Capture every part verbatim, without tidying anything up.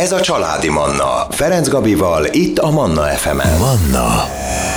Ez a Családi Manna. Ferenc Gabival, itt a Manna ef emen. Manna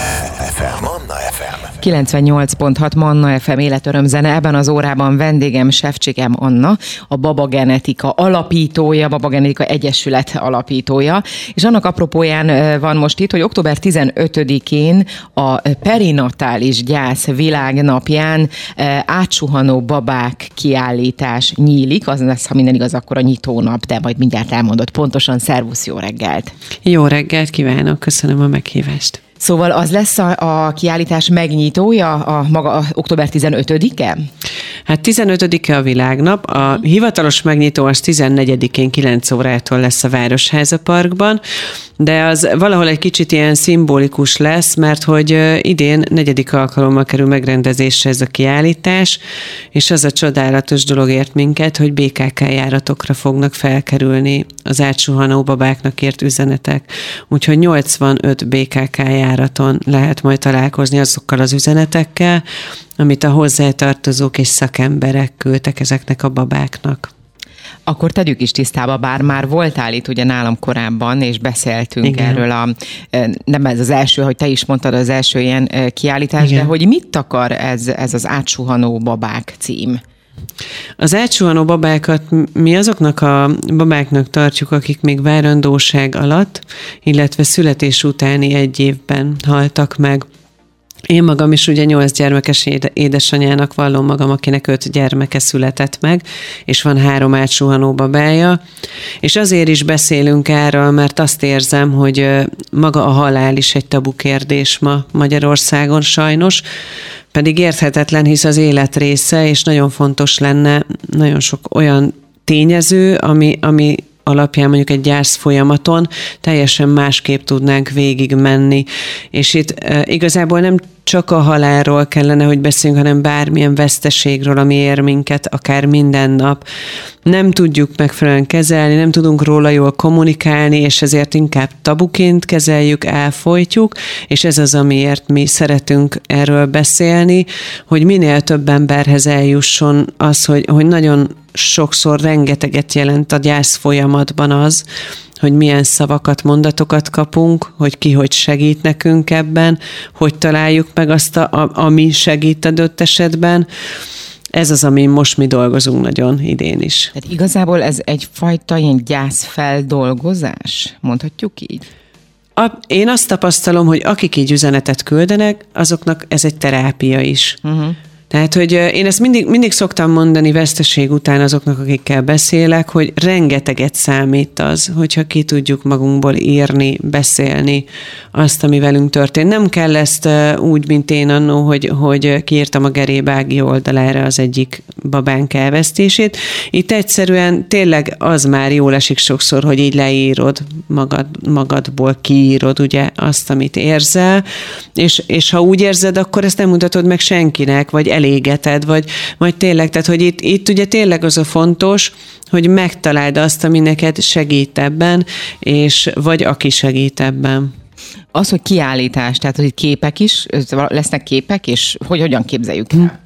ef em. Manna ef em. kilencvennyolc pont hat Manna ef em életörömzene. Ebben az órában vendégem Sevcsikém Anna, a Baba Genetika alapítója, Baba Genetika Egyesület alapítója. És annak apropóján van most itt, hogy október tizenötödikén a perinatális gyász világnapján átsuhanó babák kiállítás nyílik. Az lesz, ha minden igaz, akkor a nyitónap, de majd mindjárt elmondod pontosan. Szervusz, jó reggelt! Jó reggelt kívánok, köszönöm a meghívást. Szóval az lesz a, a kiállítás megnyitója, a maga a október tizenötödike? Hát tizenötödike a világnap, a hivatalos megnyitó az tizennegyedikén kilenc órától lesz a Városháza Parkban, de az valahol egy kicsit ilyen szimbolikus lesz, mert hogy idén negyedik alkalommal kerül megrendezésre ez a kiállítás, és az a csodálatos dolog ért minket, hogy bé ká ká járatokra fognak felkerülni az átsuhanó babáknak ért üzenetek. Úgyhogy nyolcvanöt bé ká ká járaton lehet majd találkozni azokkal az üzenetekkel, amit a hozzátartozók és szakemberek küldtek ezeknek a babáknak. Akkor tegyük is tisztába, bár már voltál itt ugye nálam korábban, és beszéltünk Igen. erről a, nem ez az első, hogy te is mondtad, az első ilyen kiállítás, Igen. de hogy mit akar ez, ez az átsuhanó babák cím? Az átsuhanó babákat mi azoknak a babáknak tartjuk, akik még várandóság alatt, illetve születés utáni egy évben haltak meg. Én magam is ugye nyolc gyermekes édesanyának vallom magam, akinek öt gyermeke született meg, és van három átsuhanó babája, és azért is beszélünk erről, mert azt érzem, hogy maga a halál is egy tabu kérdés ma Magyarországon sajnos, pedig érthetetlen, hisz az élet része, és nagyon fontos lenne nagyon sok olyan tényező, ami, ami alapján mondjuk egy gyász folyamaton teljesen másképp tudnánk végig menni. És itt e, igazából nem csak a halálról kellene, hogy beszéljünk, hanem bármilyen veszteségről, ami ér minket, akár minden nap. Nem tudjuk megfelelően kezelni, nem tudunk róla jól kommunikálni, és ezért inkább tabuként kezeljük, elfojtjuk, és ez az, amiért mi szeretünk erről beszélni, hogy minél több emberhez eljusson az, hogy, hogy nagyon sokszor rengeteget jelent a gyász folyamatban az, hogy milyen szavakat, mondatokat kapunk, hogy ki hogy segít nekünk ebben, hogy találjuk meg azt, a, ami segít adott esetben. Ez az, amin most mi dolgozunk nagyon idén is. Tehát igazából ez egyfajta ilyen gyászfeldolgozás, mondhatjuk így? A, én azt tapasztalom, hogy akik így üzenetet küldenek, azoknak ez egy terápia is. Uh-huh. Tehát, hogy én ezt mindig, mindig szoktam mondani veszteség után azoknak, akikkel beszélek, hogy rengeteget számít az, hogyha ki tudjuk magunkból írni, beszélni azt, ami velünk történt. Nem kell ezt úgy, mint én annó, hogy, hogy kiírtam a Geréb Ági oldalára az egyik babánk elvesztését. Itt egyszerűen tényleg az már jól esik sokszor, hogy így leírod magad, magadból, kiírod ugye azt, amit érzel, és, és ha úgy érzed, akkor ezt nem mutatod meg senkinek, vagy elégeted, vagy, vagy tényleg, tehát hogy itt, itt ugye tényleg az a fontos, hogy megtaláld azt, ami neked segít ebben, és vagy aki segít ebben. Az, hogy kiállítás, tehát hogy itt képek is, lesznek képek, és hogy hogyan képzeljük el?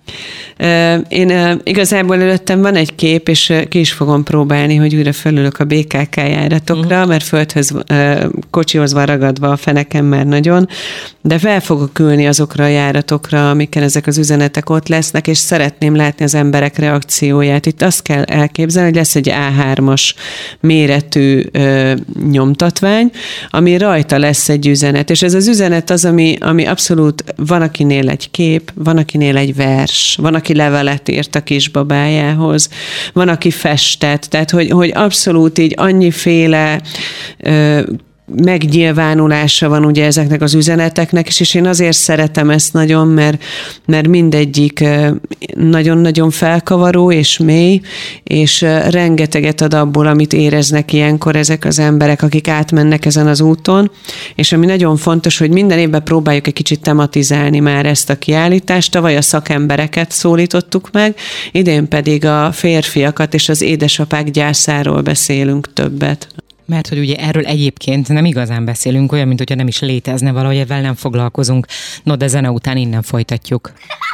Én igazából előttem van egy kép, és ki is fogom próbálni, hogy újra felülök a bé ká ká járatokra, uh-huh. mert földhöz, kocsihoz van ragadva a fenekem már nagyon, de fel fogok ülni azokra a járatokra, amiken ezek az üzenetek ott lesznek, és szeretném látni az emberek reakcióját. Itt azt kell elképzelni, hogy lesz egy á hármas méretű ö, nyomtatvány, ami rajta lesz egy üzenet, és ez az üzenet az, ami, ami abszolút van, akinél egy kép, van, akinél egy vers, van, aki levelet írt a kisbabájához, van, aki festett, tehát hogy, hogy abszolút így annyiféle ö, megnyilvánulása van ugye ezeknek az üzeneteknek, és, és én azért szeretem ezt nagyon, mert, mert mindegyik nagyon-nagyon felkavaró és mély, és rengeteget ad abból, amit éreznek ilyenkor ezek az emberek, akik átmennek ezen az úton, és ami nagyon fontos, hogy minden évben próbáljuk egy kicsit tematizálni már ezt a kiállítást. Tavaly a szakembereket szólítottuk meg, idén pedig a férfiakat és az édesapák gyászáról beszélünk többet. Mert hogy ugye erről egyébként nem igazán beszélünk, olyan, mint hogyha nem is létezne valahogy, ezzel nem foglalkozunk. No, de zene után innen folytatjuk.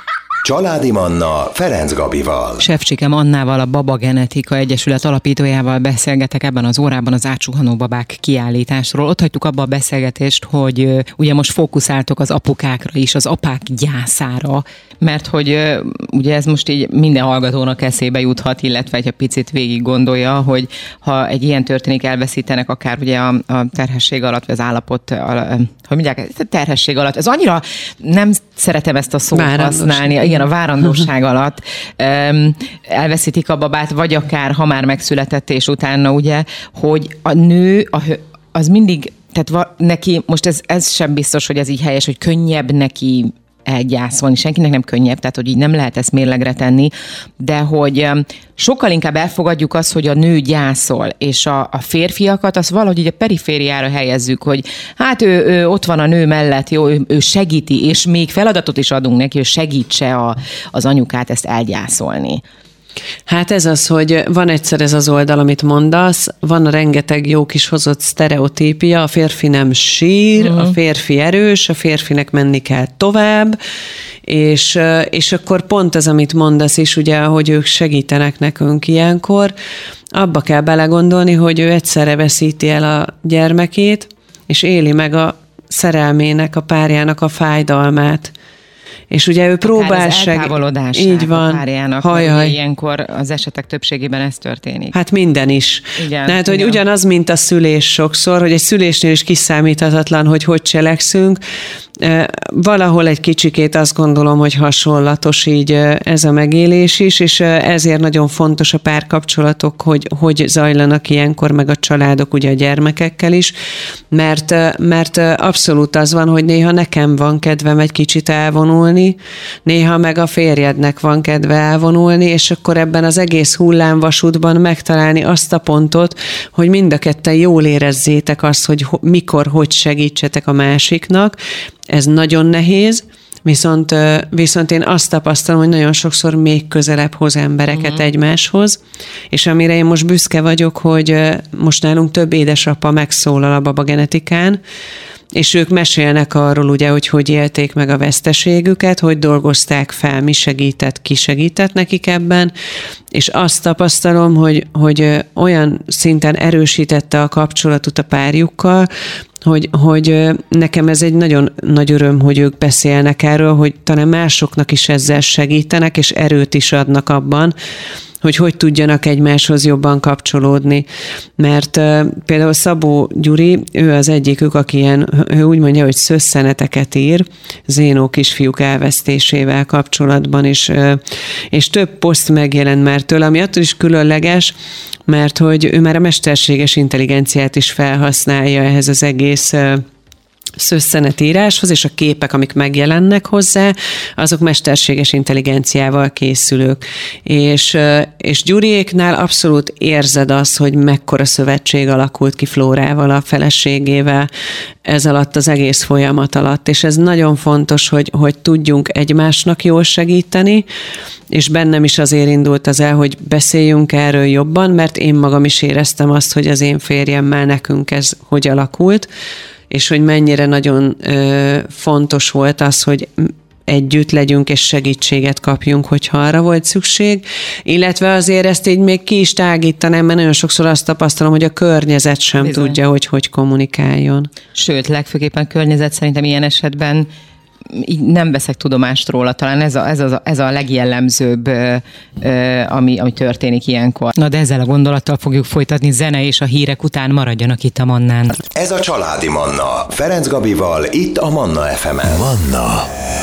Családi Manna Ferenc Gabival. Sefcsikem Annával, a Baba Genetika Egyesület alapítójával beszélgetek ebben az órában az átsuhanó babák kiállításról. Ott hagytuk abba a beszélgetést, hogy uh, ugye most fókuszáltok az apukákra is, az apák gyászára, mert hogy uh, ugye ez most így minden hallgatónak eszébe juthat, illetve egy picit végig gondolja, hogy ha egy ilyen történik, elveszítenek akár ugye a, a terhesség alatt, vagy az állapot, a, hogy mondják, a terhesség alatt. Ez annyira nem szeretem ezt a szót használni. Igen, a várandóság alatt um, elveszítik a babát, vagy akár, ha már megszületett, és utána ugye, hogy a nő, a, az mindig, tehát va, neki, most ez, ez sem biztos, hogy ez így helyes, hogy könnyebb neki elgyászolni. Senkinek nem könnyebb, tehát hogy így nem lehet ezt mérlegre tenni, de hogy sokkal inkább elfogadjuk azt, hogy a nő gyászol, és a, a férfiakat azt valahogy így a perifériára helyezzük, hogy hát ő, ő ott van a nő mellett, jó, ő, ő segíti, és még feladatot is adunk neki, hogy segítse a, az anyukát ezt elgyászolni. Hát ez az, hogy van egyszer ez az oldal, amit mondasz, van a rengeteg jó kis hozott sztereotípia, a férfi nem sír, uh-huh. a férfi erős, a férfinek menni kell tovább, és, és akkor pont ez, amit mondasz is, ugye, hogy ők segítenek nekünk ilyenkor, abba kell belegondolni, hogy ő egyszerre veszíti el a gyermekét, és éli meg a szerelmének, a párjának a fájdalmát. És ugye ő próbál segíteni. Így van. A párjának, Hajaj. Ilyenkor az esetek többségében ez történik. Hát minden is. Igen, Tehát, hogy igen. ugyanaz, mint a szülés sokszor, hogy egy szülésnél is kiszámíthatatlan, hogy hogy cselekszünk. Valahol egy kicsikét azt gondolom, hogy hasonlatos így ez a megélés is, és ezért nagyon fontos a párkapcsolatok, hogy hogy zajlanak ilyenkor, meg a családok ugye a gyermekekkel is, mert, mert abszolút az van, hogy néha nekem van kedvem egy kicsit elvonulni, néha meg a férjednek van kedve elvonulni, és akkor ebben az egész hullámvasútban megtalálni azt a pontot, hogy mind a ketten jól érezzétek azt, hogy mikor, hogy segítsetek a másiknak. Ez nagyon nehéz, viszont, viszont én azt tapasztalom, hogy nagyon sokszor még közelebb hoz embereket uh-huh. egymáshoz, és amire én most büszke vagyok, hogy most nálunk több édesapa megszólal a Baba Genetikán, és ők mesélnek arról, ugye, hogy hogy élték meg a veszteségüket, hogy dolgozták fel, mi segített, ki segített nekik ebben, és azt tapasztalom, hogy, hogy olyan szinten erősítette a kapcsolatot a párjukkal, hogy, hogy nekem ez egy nagyon nagy öröm, hogy ők beszélnek erről, hogy talán másoknak is ezzel segítenek, és erőt is adnak abban, hogy hogy tudjanak egymáshoz jobban kapcsolódni. Mert uh, például Szabó Gyuri, ő az egyikük, aki ilyen, ő úgy mondja, hogy szösszeneteket ír Zénó kisfiúk elvesztésével kapcsolatban, és, uh, és több poszt megjelent már tőle, ami attól is különleges, mert hogy ő már a mesterséges intelligenciát is felhasználja ehhez az egész uh, szösszenetíráshoz, és a képek, amik megjelennek hozzá, azok mesterséges intelligenciával készülők. És, és Gyuriéknál abszolút érzed azt, hogy mekkora szövetség alakult ki Flórával, a feleségével ez alatt, az egész folyamat alatt. És ez nagyon fontos, hogy, hogy tudjunk egymásnak jól segíteni, és bennem is azért indult az el, hogy beszéljünk erről jobban, mert én magam is éreztem azt, hogy az én férjemmel nekünk ez hogy alakult, és hogy mennyire nagyon ö, fontos volt az, hogy együtt legyünk és segítséget kapjunk, hogyha arra volt szükség, illetve azért ezt így még ki is tágítanám, mert nagyon sokszor azt tapasztalom, hogy a környezet sem Bizony. tudja, hogy hogy kommunikáljon. Sőt, legfőképpen a környezet szerintem ilyen esetben így nem veszek tudomást róla, talán ez a, ez a, ez a legjellemzőbb, ö, ö, ami, ami történik ilyenkor. Na de ezzel a gondolattal fogjuk folytatni, zene és a hírek után maradjanak itt a Mannán. Ez a Családi Manna Ferenc Gabival, itt a Manna ef emen. Manna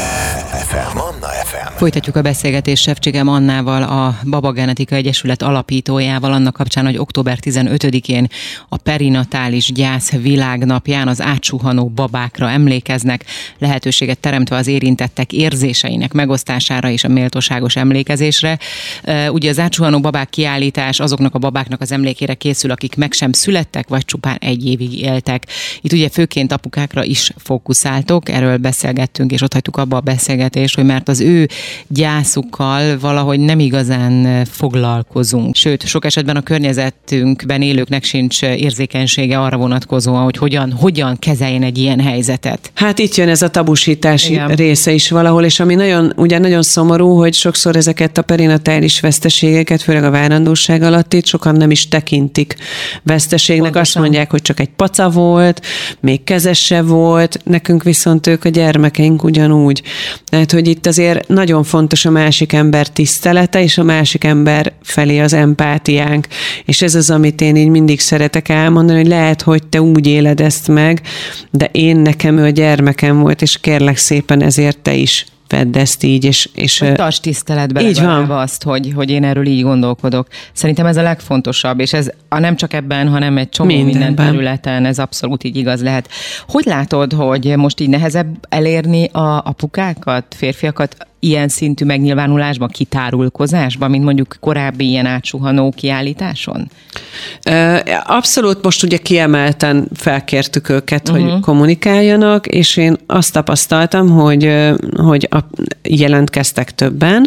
ef em. Manna ef em. Folytatjuk a beszélgetést Sefcsikem Annával, a Baba Genetika Egyesület alapítójával, annak kapcsán, hogy október tizenötödikén a perinatális gyász világnapján az átsuhanó babákra emlékeznek, lehetőséget teremtve az érintettek érzéseinek megosztására és a méltóságos emlékezésre. Ugye az átsuhanó babák kiállítás azoknak a babáknak az emlékére készül, akik meg sem születtek, vagy csupán egy évig éltek. Itt ugye főként apukákra is fókuszáltok, erről beszélgettünk, és ott hagytuk abba a beszélgetést, hogy mert az ő ő gyászukkal valahogy nem igazán foglalkozunk. Sőt, sok esetben a környezetünkben élőknek sincs érzékenysége arra vonatkozóan, hogy hogyan, hogyan kezeljen egy ilyen helyzetet. Hát itt jön ez a tabusítás Igen. része is valahol, és ami nagyon, ugye nagyon szomorú, hogy sokszor ezeket a perinatális veszteségeket, főleg a várandóság alatt itt sokan nem is tekintik veszteségnek. Pontosan. Azt mondják, hogy csak egy paca volt, még kezese volt, nekünk viszont ők a gyermekeink ugyanúgy. Tehát, hogy itt azért nagyon fontos a másik ember tisztelete, és a másik ember felé az empátiánk. És ez az, amit én így mindig szeretek elmondani, hogy lehet, hogy te úgy éled ezt meg, de én nekem ő a gyermekem volt, és kérlek szépen ezért te is vedd ezt így, és... és hogy tarts tiszteletbe legalább azt, hogy, hogy én erről így gondolkodok. Szerintem ez a legfontosabb, és ez a nem csak ebben, hanem egy csomó Mindenben. minden területen, ez abszolút így igaz lehet. Hogy látod, hogy most így nehezebb elérni a apukákat, férfiakat ilyen szintű megnyilvánulásban, kitárulkozásban, mint mondjuk korábbi ilyen átsuhanó kiállításon? Abszolút most ugye kiemelten felkértük őket, uh-huh. hogy kommunikáljanak, és én azt tapasztaltam, hogy, hogy jelentkeztek többen,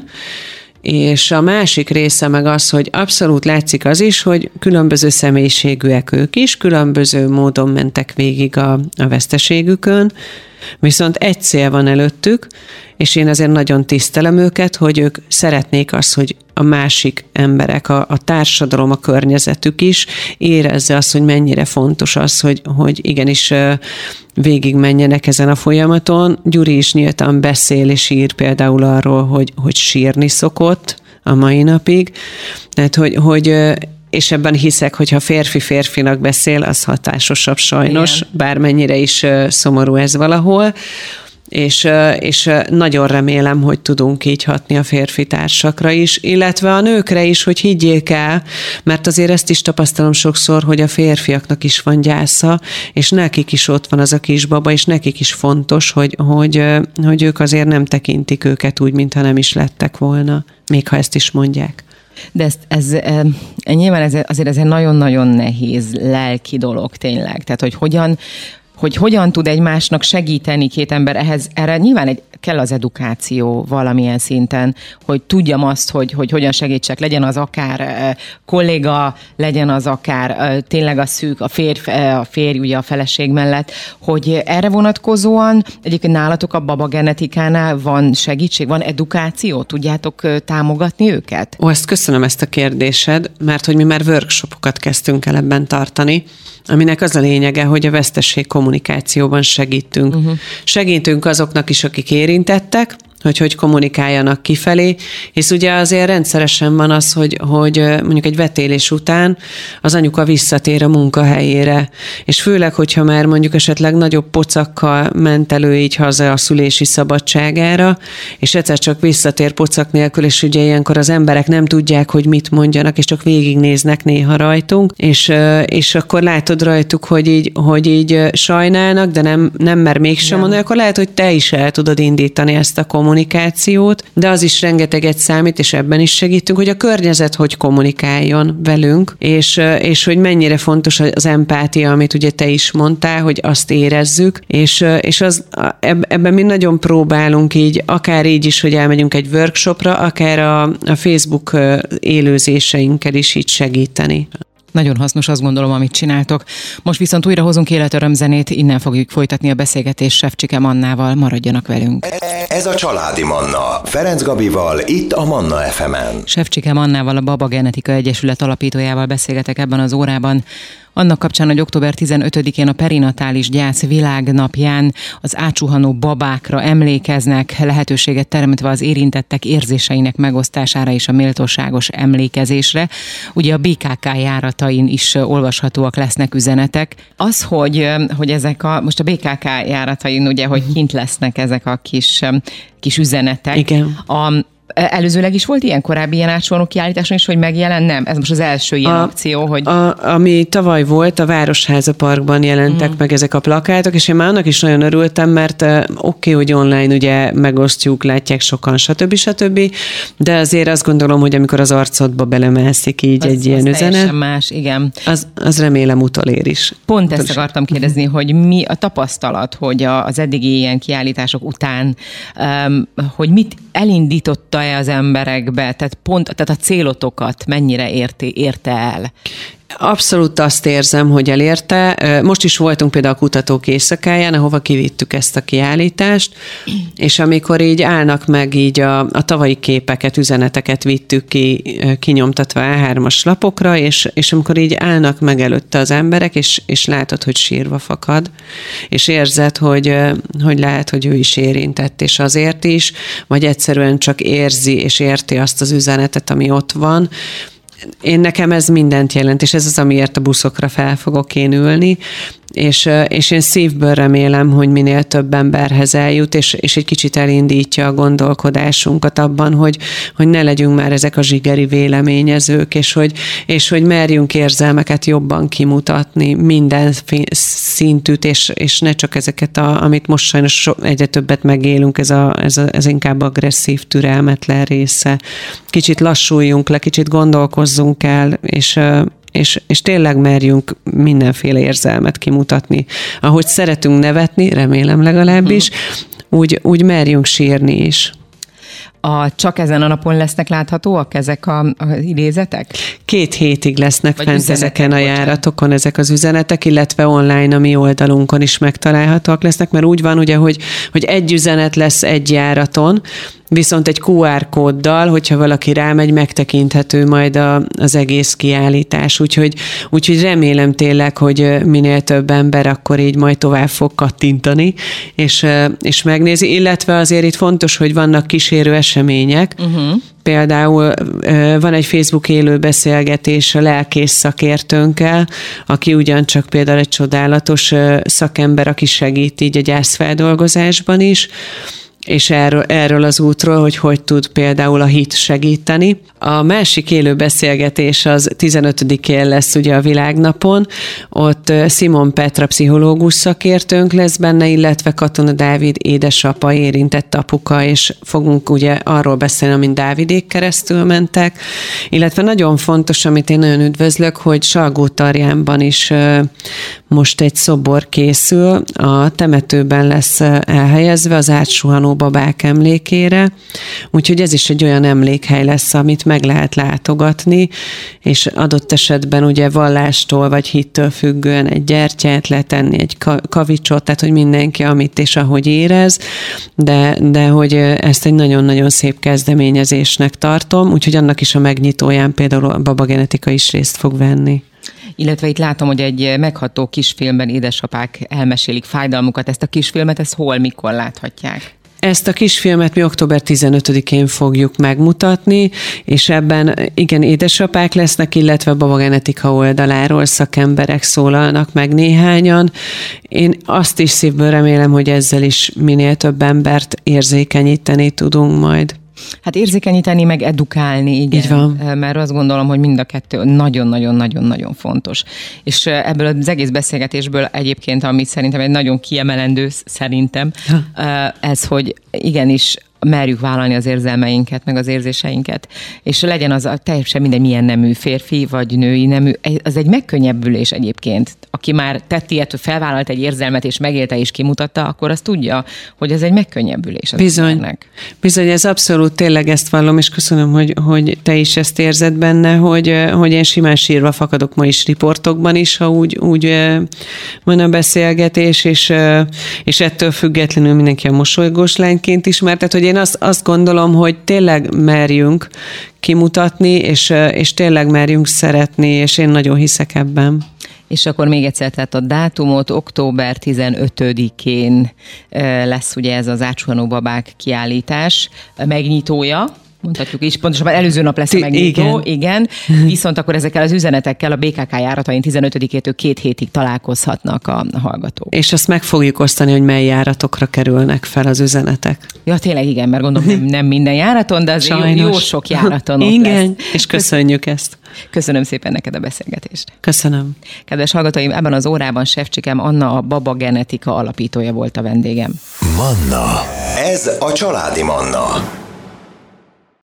és a másik része meg az, hogy abszolút látszik az is, hogy különböző személyiségűek ők is, különböző módon mentek végig a, a veszteségükön, viszont egy cél van előttük, és én azért nagyon tisztelem őket, hogy ők szeretnék azt, hogy a másik emberek, a, a társadalom, a környezetük is érezze azt, hogy mennyire fontos az, hogy, hogy igenis végig menjenek ezen a folyamaton. Gyuri is nyíltan beszél és ír például arról, hogy, hogy sírni szokott a mai napig. Tehát, hogy, hogy és ebben hiszek, hogyha férfi férfinak beszél, az hatásosabb sajnos, Igen. bármennyire is szomorú ez valahol. És, és nagyon remélem, hogy tudunk így hatni a férfi társakra is, illetve a nőkre is, hogy higgyék el, mert azért ezt is tapasztalom sokszor, hogy a férfiaknak is van gyásza, és nekik is ott van az a kisbaba, és nekik is fontos, hogy, hogy, hogy ők azért nem tekintik őket úgy, mintha nem is lettek volna, még ha ezt is mondják. De ez, ez, ez, nyilván ez, azért ez egy nagyon-nagyon nehéz lelki dolog tényleg, tehát hogy hogyan hogy hogyan tud egymásnak segíteni két ember, ehhez, erre nyilván egy, kell az edukáció valamilyen szinten, hogy tudjam azt, hogy, hogy hogyan segítsek, legyen az akár uh, kolléga, legyen az akár uh, tényleg a szűk, a férj, uh, a férj ugye a feleség mellett, hogy erre vonatkozóan egyébként nálatok a baba genetikánál van segítség, van edukáció, tudjátok uh, támogatni őket? Ó, ezt köszönöm ezt a kérdésed, mert hogy mi már workshopokat kezdtünk el ebben tartani, aminek az a lényege, hogy a vesztesség kommunikációban segítünk. Uh-huh. Segítünk azoknak is, akik érintettek, hogy hogy kommunikáljanak kifelé, hisz ugye azért rendszeresen van az, hogy, hogy mondjuk egy vetélés után az anyuka visszatér a munkahelyére, és főleg, hogyha már mondjuk esetleg nagyobb pocakkal ment elő így haza a szülési szabadságára, és egyszer csak visszatér pocak nélkül, és ugye ilyenkor az emberek nem tudják, hogy mit mondjanak, és csak végignéznek néha rajtunk, és, és akkor látod rajtuk, hogy így, hogy így sajnálnak, de nem, nem mer mégsem mondani, akkor lehet, hogy te is el tudod indítani ezt a kommunikációt, de az is rengeteget számít, és ebben is segítünk, hogy a környezet hogy kommunikáljon velünk, és, és hogy mennyire fontos az empátia, amit ugye te is mondtál, hogy azt érezzük, és, és az, ebben mi nagyon próbálunk így, akár így is, hogy elmegyünk egy workshopra, akár a, a Facebook élőzéseinkkel is így segíteni. Nagyon hasznos, azt gondolom, amit csináltok. Most viszont újra hozunk életörömzenét, innen fogjuk folytatni a beszélgetést Sevcsike Mannával, maradjanak velünk. Ez a Családi Manna, Ferenc Gabival, itt a Manna ef emen. Sevcsike Mannával, a Baba Genetika Egyesület alapítójával beszélgetek ebben az órában. Annak kapcsán, hogy október tizenötödikén a perinatális gyász világnapján az átsuhanó babákra emlékeznek, lehetőséget teremtve az érintettek érzéseinek megosztására és a méltóságos emlékezésre. Ugye a bé ká ká járatain is olvashatóak lesznek üzenetek. Az, hogy, hogy ezek a, most a bé ká ká járatain ugye, hogy kint lesznek ezek a kis, kis üzenetek. Igen. A, Előzőleg is volt ilyen korábbi ilyen átsuhanó kiállításon is, hogy megjelent? Nem, ez most az első ilyen a, akció, hogy... A, ami tavaly volt, a Városháza Parkban jelentek mm. meg ezek a plakátok, és én már annak is nagyon örültem, mert uh, oké, okay, hogy online ugye megosztjuk, látják sokan, stb. stb. De azért azt gondolom, hogy amikor az arcodba belemelszik így az, egy ilyen az üzenet, más, igen. Az, az remélem utolér is. Pont Utol ezt akartam kérdezni, hogy mi a tapasztalat, hogy a, az eddigi ilyen kiállítások után, um, hogy mit elindította-e az emberekbe, tehát pont tehát a célotokat mennyire érte, érte el? Abszolút azt érzem, hogy elérte. Most is voltunk például a Kutatók Éjszakáján, ahova kivittük ezt a kiállítást, és amikor így állnak meg így a, a tavalyi képeket, üzeneteket vittük ki, kinyomtatva á hármas lapokra, és, és amikor így állnak meg előtte az emberek, és, és látod, hogy sírva fakad, és érzed, hogy, hogy lehet, hogy ő is érintett, és azért is, vagy egyszerűen csak érzi, és érti azt az üzenetet, ami ott van. Én nekem ez mindent jelent, és ez az, amiért a buszokra fel fogok én ülni, és, és én szívből remélem, hogy minél több emberhez eljut, és, és egy kicsit elindítja a gondolkodásunkat abban, hogy, hogy ne legyünk már ezek a zsigeri véleményezők, és hogy, és hogy merjünk érzelmeket jobban kimutatni, minden szintűt, és, és ne csak ezeket, a, amit most sajnos egyre többet megélünk, ez, a, ez, a, ez inkább agresszív, türelmetlen része. Kicsit lassuljunk le, kicsit gondolkozzunk el, és És, és tényleg merjünk mindenféle érzelmet kimutatni. Ahogy szeretünk nevetni, remélem legalábbis, úgy, úgy merjünk sírni is. A, csak ezen a napon lesznek láthatóak ezek a, a idézetek? Két hétig lesznek vagy fent ezeken a járatokon ezek az üzenetek, illetve online a mi oldalunkon is megtalálhatóak lesznek, mert úgy van ugye, hogy, hogy egy üzenet lesz egy járaton, viszont egy kú ár kóddal, hogyha valaki rámegy, megtekinthető majd a, az egész kiállítás. Úgyhogy, úgyhogy remélem tényleg, hogy minél több ember akkor így majd tovább fog kattintani, és, és megnézi. Illetve azért itt fontos, hogy vannak kísérő események. Uh-huh. Például van egy Facebook élő beszélgetés a lelkész szakértőnkkel, aki ugyancsak például egy csodálatos szakember, aki segít így a gyászfeldolgozásban is, és erről, erről az útról, hogy hogy tud például a hit segíteni. A másik élő beszélgetés az tizenötödikén lesz ugye a világnapon, ott Simon Petra pszichológus szakértőnk lesz benne, illetve Katona Dávid édesapa, érintett apuka, és fogunk ugye arról beszélni, amint Dávidék keresztül mentek, illetve nagyon fontos, amit én nagyon üdvözlök, hogy Salgótarjánban is most egy szobor készül, a temetőben lesz elhelyezve az átsuhanó babák emlékére, úgyhogy ez is egy olyan emlékhely lesz, amit meg lehet látogatni, és adott esetben ugye vallástól vagy hittől függően egy gyertyát letenni, egy kavicsot, tehát hogy mindenki amit és ahogy érez, de, de hogy ezt egy nagyon-nagyon szép kezdeményezésnek tartom, úgyhogy annak is a megnyitóján például a babagenetika is részt fog venni. Illetve itt látom, hogy egy megható kisfilmben édesapák elmesélik fájdalmukat. Ezt a kisfilmet, ezt hol, mikor láthatják? Ezt a kisfilmet mi október tizenötödikén fogjuk megmutatni, és ebben igen, édesapák lesznek, illetve babagenetika oldaláról szakemberek szólalnak meg néhányan. Én azt is szívből remélem, hogy ezzel is minél több embert érzékenyíteni tudunk majd. Hát érzékenyíteni, meg edukálni, igen. Így van. Mert azt gondolom, hogy mind a kettő nagyon-nagyon-nagyon-nagyon fontos. És ebből az egész beszélgetésből egyébként, ami szerintem egy nagyon kiemelendő, szerintem, ha. ez, hogy igenis merjük vállalni az érzelmeinket, meg az érzéseinket, és legyen az a, teljesen minden milyen nemű, férfi vagy női nemű, az egy megkönnyebbülés egyébként. Aki már tett ilyet, hogy felvállalt egy érzelmet, és megélte és kimutatta, akkor azt tudja, hogy ez egy megkönnyebbülés az Bizony. embernek. Bizony, ez abszolút tényleg ezt vallom, és köszönöm, hogy, hogy te is ezt érzed benne, hogy, hogy én simán sírva fakadok ma is riportokban is, ha úgy, úgy van a beszélgetés, és, és ettől függetlenül mindenki a mosolygós lányként ismert, tehát, hogy én azt, azt gondolom, hogy tényleg merjünk kimutatni, és, és tényleg merjünk szeretni, és én nagyon hiszek ebben. És akkor még egyszer, tehát a dátumot október tizenötödikén lesz ugye ez az átsuhanó babák kiállítás megnyitója. Mondhatjuk is, pontosabban előző nap lesz a megnyitó, igen. igen. Viszont akkor ezekkel az üzenetekkel a bé ká ká járatain tizenötödikétől két hétig találkozhatnak a hallgatók. És azt meg fogjuk osztani, hogy mely járatokra kerülnek fel az üzenetek. Ja, tényleg igen, mert gondolom nem, nem minden járaton, de az jó, jó sok járaton ott igen, lesz. És köszönjük ezt. Köszönöm szépen neked a beszélgetést. Köszönöm. Kedves hallgatóim, ebben az órában Sevcsikem Anna, a Baba Genetika alapítója volt a vendégem. Manna. Ez a Családi Manna.